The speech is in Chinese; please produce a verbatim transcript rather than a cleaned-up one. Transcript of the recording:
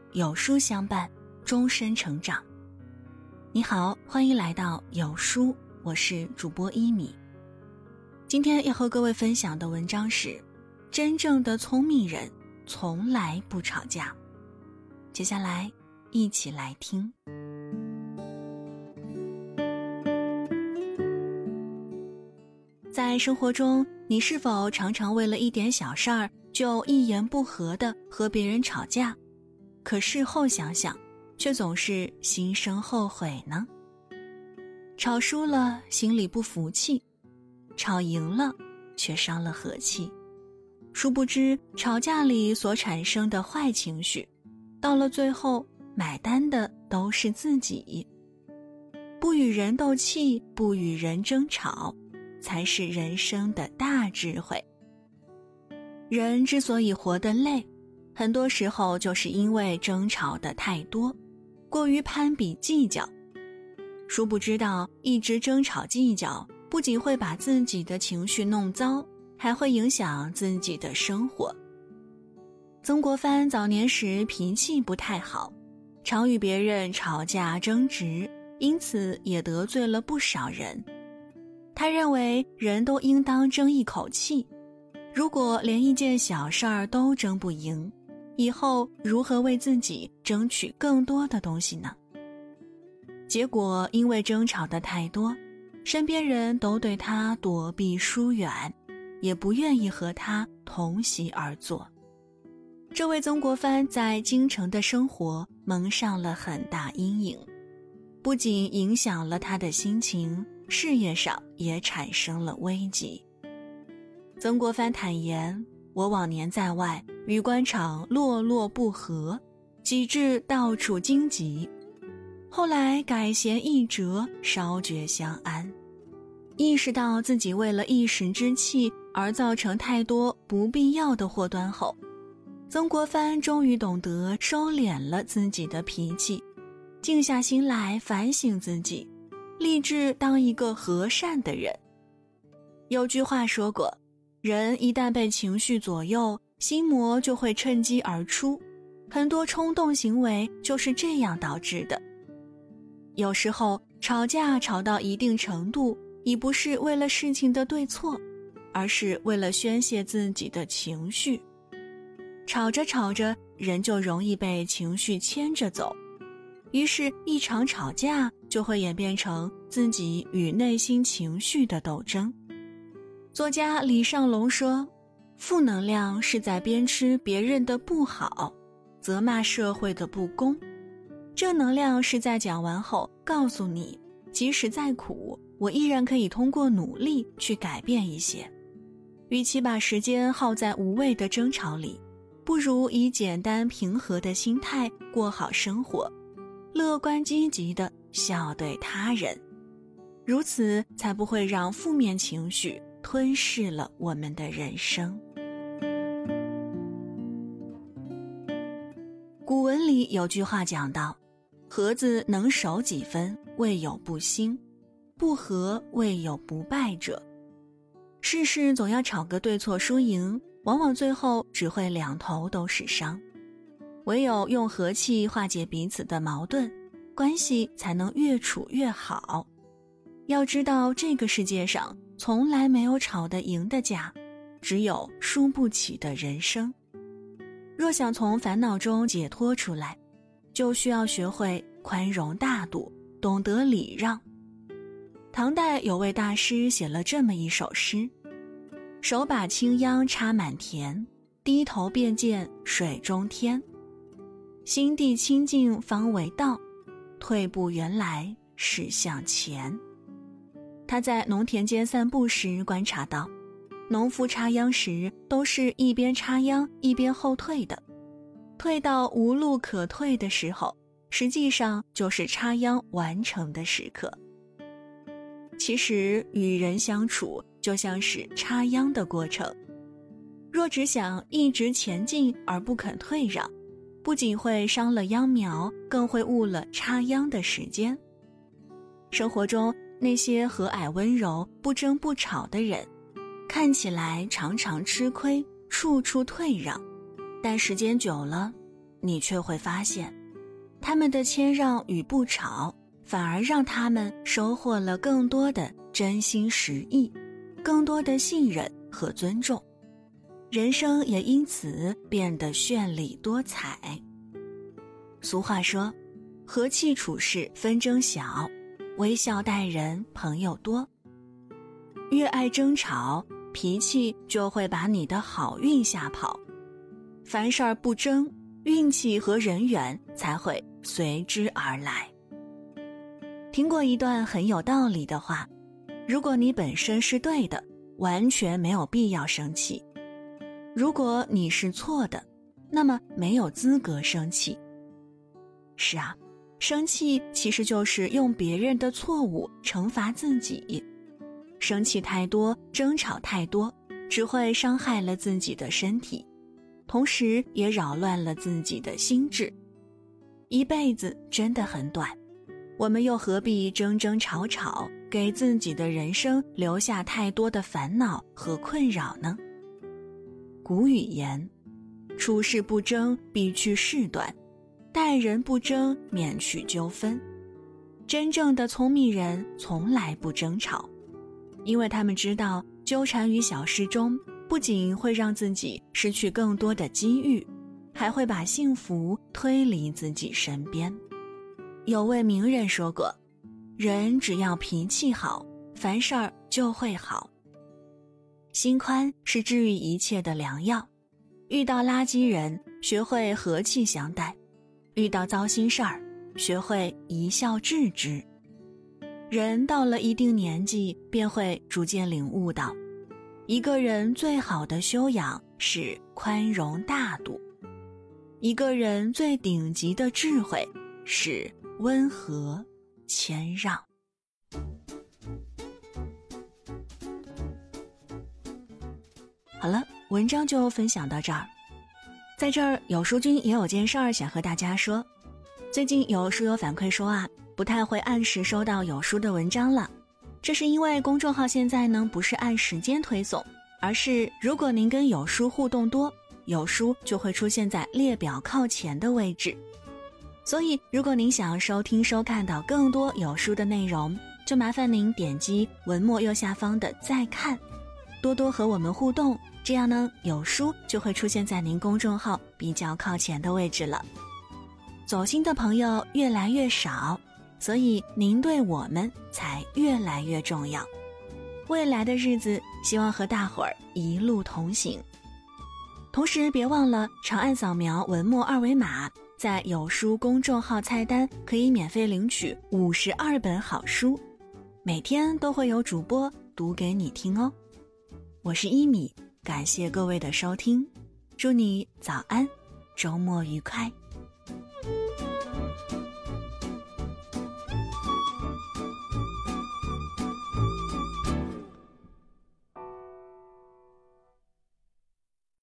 有书相伴，终身成长。你好，欢迎来到有书，我是主播一米。今天要和各位分享的文章是真正的聪明人从来不吵架。接下来一起来听。在生活中，你是否常常为了一点小事儿就一言不合地和别人吵架，可事后想想却总是心生后悔呢？吵输了心里不服气，吵赢了却伤了和气。殊不知吵架里所产生的坏情绪，到了最后买单的都是自己。不与人斗气，不与人争吵，才是人生的大智慧。人之所以活得累，很多时候就是因为争吵的太多，过于攀比计较。殊不知道一直争吵计较，不仅会把自己的情绪弄糟，还会影响自己的生活。曾国藩早年时脾气不太好，常与别人吵架争执，因此也得罪了不少人。他认为人都应当争一口气，如果连一件小事儿都争不赢，以后如何为自己争取更多的东西呢？结果因为争吵的太多，身边人都对他躲避疏远，也不愿意和他同席而坐。这位曾国藩在京城的生活蒙上了很大阴影，不仅影响了他的心情，事业上也产生了危机。曾国藩坦言，我往年在外与官场落落不和，己致到处荆棘，后来改弦易辙，稍觉相安。意识到自己为了一时之气而造成太多不必要的祸端后，曾国藩终于懂得收敛了自己的脾气，静下心来反省自己，立志当一个和善的人。有句话说过，人一旦被情绪左右，心魔就会趁机而出，很多冲动行为就是这样导致的。有时候吵架吵到一定程度，已不是为了事情的对错，而是为了宣泄自己的情绪。吵着吵着，人就容易被情绪牵着走，于是一场吵架就会演变成自己与内心情绪的斗争。作家李尚龙说，负能量是在鞭笞别人的不好，责骂社会的不公；正能量是在讲完后告诉你，即使再苦，我依然可以通过努力去改变一些。与其把时间耗在无谓的争吵里，不如以简单平和的心态过好生活，乐观积极地笑对他人，如此才不会让负面情绪吞噬了我们的人生。古文里有句话讲到，和子能守几分，未有不兴；不和，未有不败者。事事总要吵个对错输赢，往往最后只会两头都是伤。唯有用和气化解彼此的矛盾，关系才能越处越好。要知道，这个世界上从来没有吵得赢的架，只有输不起的人生。若想从烦恼中解脱出来，就需要学会宽容大度，懂得礼让。唐代有位大师写了这么一首诗：手把青秧插满田，低头便见水中天。心地清净方为道，退步原来是向前。他在农田间散步时观察到，农夫插秧时都是一边插秧一边后退的，退到无路可退的时候，实际上就是插秧完成的时刻。其实与人相处就像是插秧的过程，若只想一直前进而不肯退让，不仅会伤了秧苗，更会误了插秧的时间。生活中那些和蔼温柔、不争不吵的人，看起来常常吃亏，处处退让，但时间久了， 你却会发现，他们的谦让与不吵，反而让他们收获了更多的真心实意，更多的信任和尊重，人生也因此变得绚丽多彩。俗话说，和气处事纷争小，微笑待人朋友多。越爱争吵，脾气就会把你的好运吓跑。凡事不争，运气和人缘才会随之而来。听过一段很有道理的话，如果你本身是对的，完全没有必要生气；如果你是错的，那么没有资格生气。是啊，生气其实就是用别人的错误惩罚自己。生气太多，争吵太多，只会伤害了自己的身体，同时也扰乱了自己的心智。一辈子真的很短，我们又何必争争吵吵，给自己的人生留下太多的烦恼和困扰呢？古语言，处事不争，必去事端；待人不争，免去纠纷。真正的聪明人从来不争吵，因为他们知道纠缠于小事中，不仅会让自己失去更多的机遇，还会把幸福推离自己身边。有位名人说过，人只要脾气好，凡事儿就会好。心宽是治愈一切的良药，遇到垃圾人，学会和气相待；遇到糟心事儿，学会一笑置之。人到了一定年纪，便会逐渐领悟到，一个人最好的修养是宽容大度，一个人最顶级的智慧是温和谦让。好了，文章就分享到这儿。在这儿，有书君也有件事儿想和大家说。最近有书友反馈说啊，不太会按时收到有书的文章了。这是因为公众号现在呢不是按时间推送，而是如果您跟有书互动多，有书就会出现在列表靠前的位置。所以如果您想收听收看到更多有书的内容，就麻烦您点击文末右下方的再看，多多和我们互动，这样呢有书就会出现在您公众号比较靠前的位置了。走心的朋友越来越少，所以您对我们才越来越重要。未来的日子，希望和大伙儿一路同行。同时别忘了长按扫描文末二维码，在有书公众号菜单可以免费领取五十二本好书，每天都会有主播读给你听哦。我是一米，感谢各位的收听，祝你早安，周末愉快。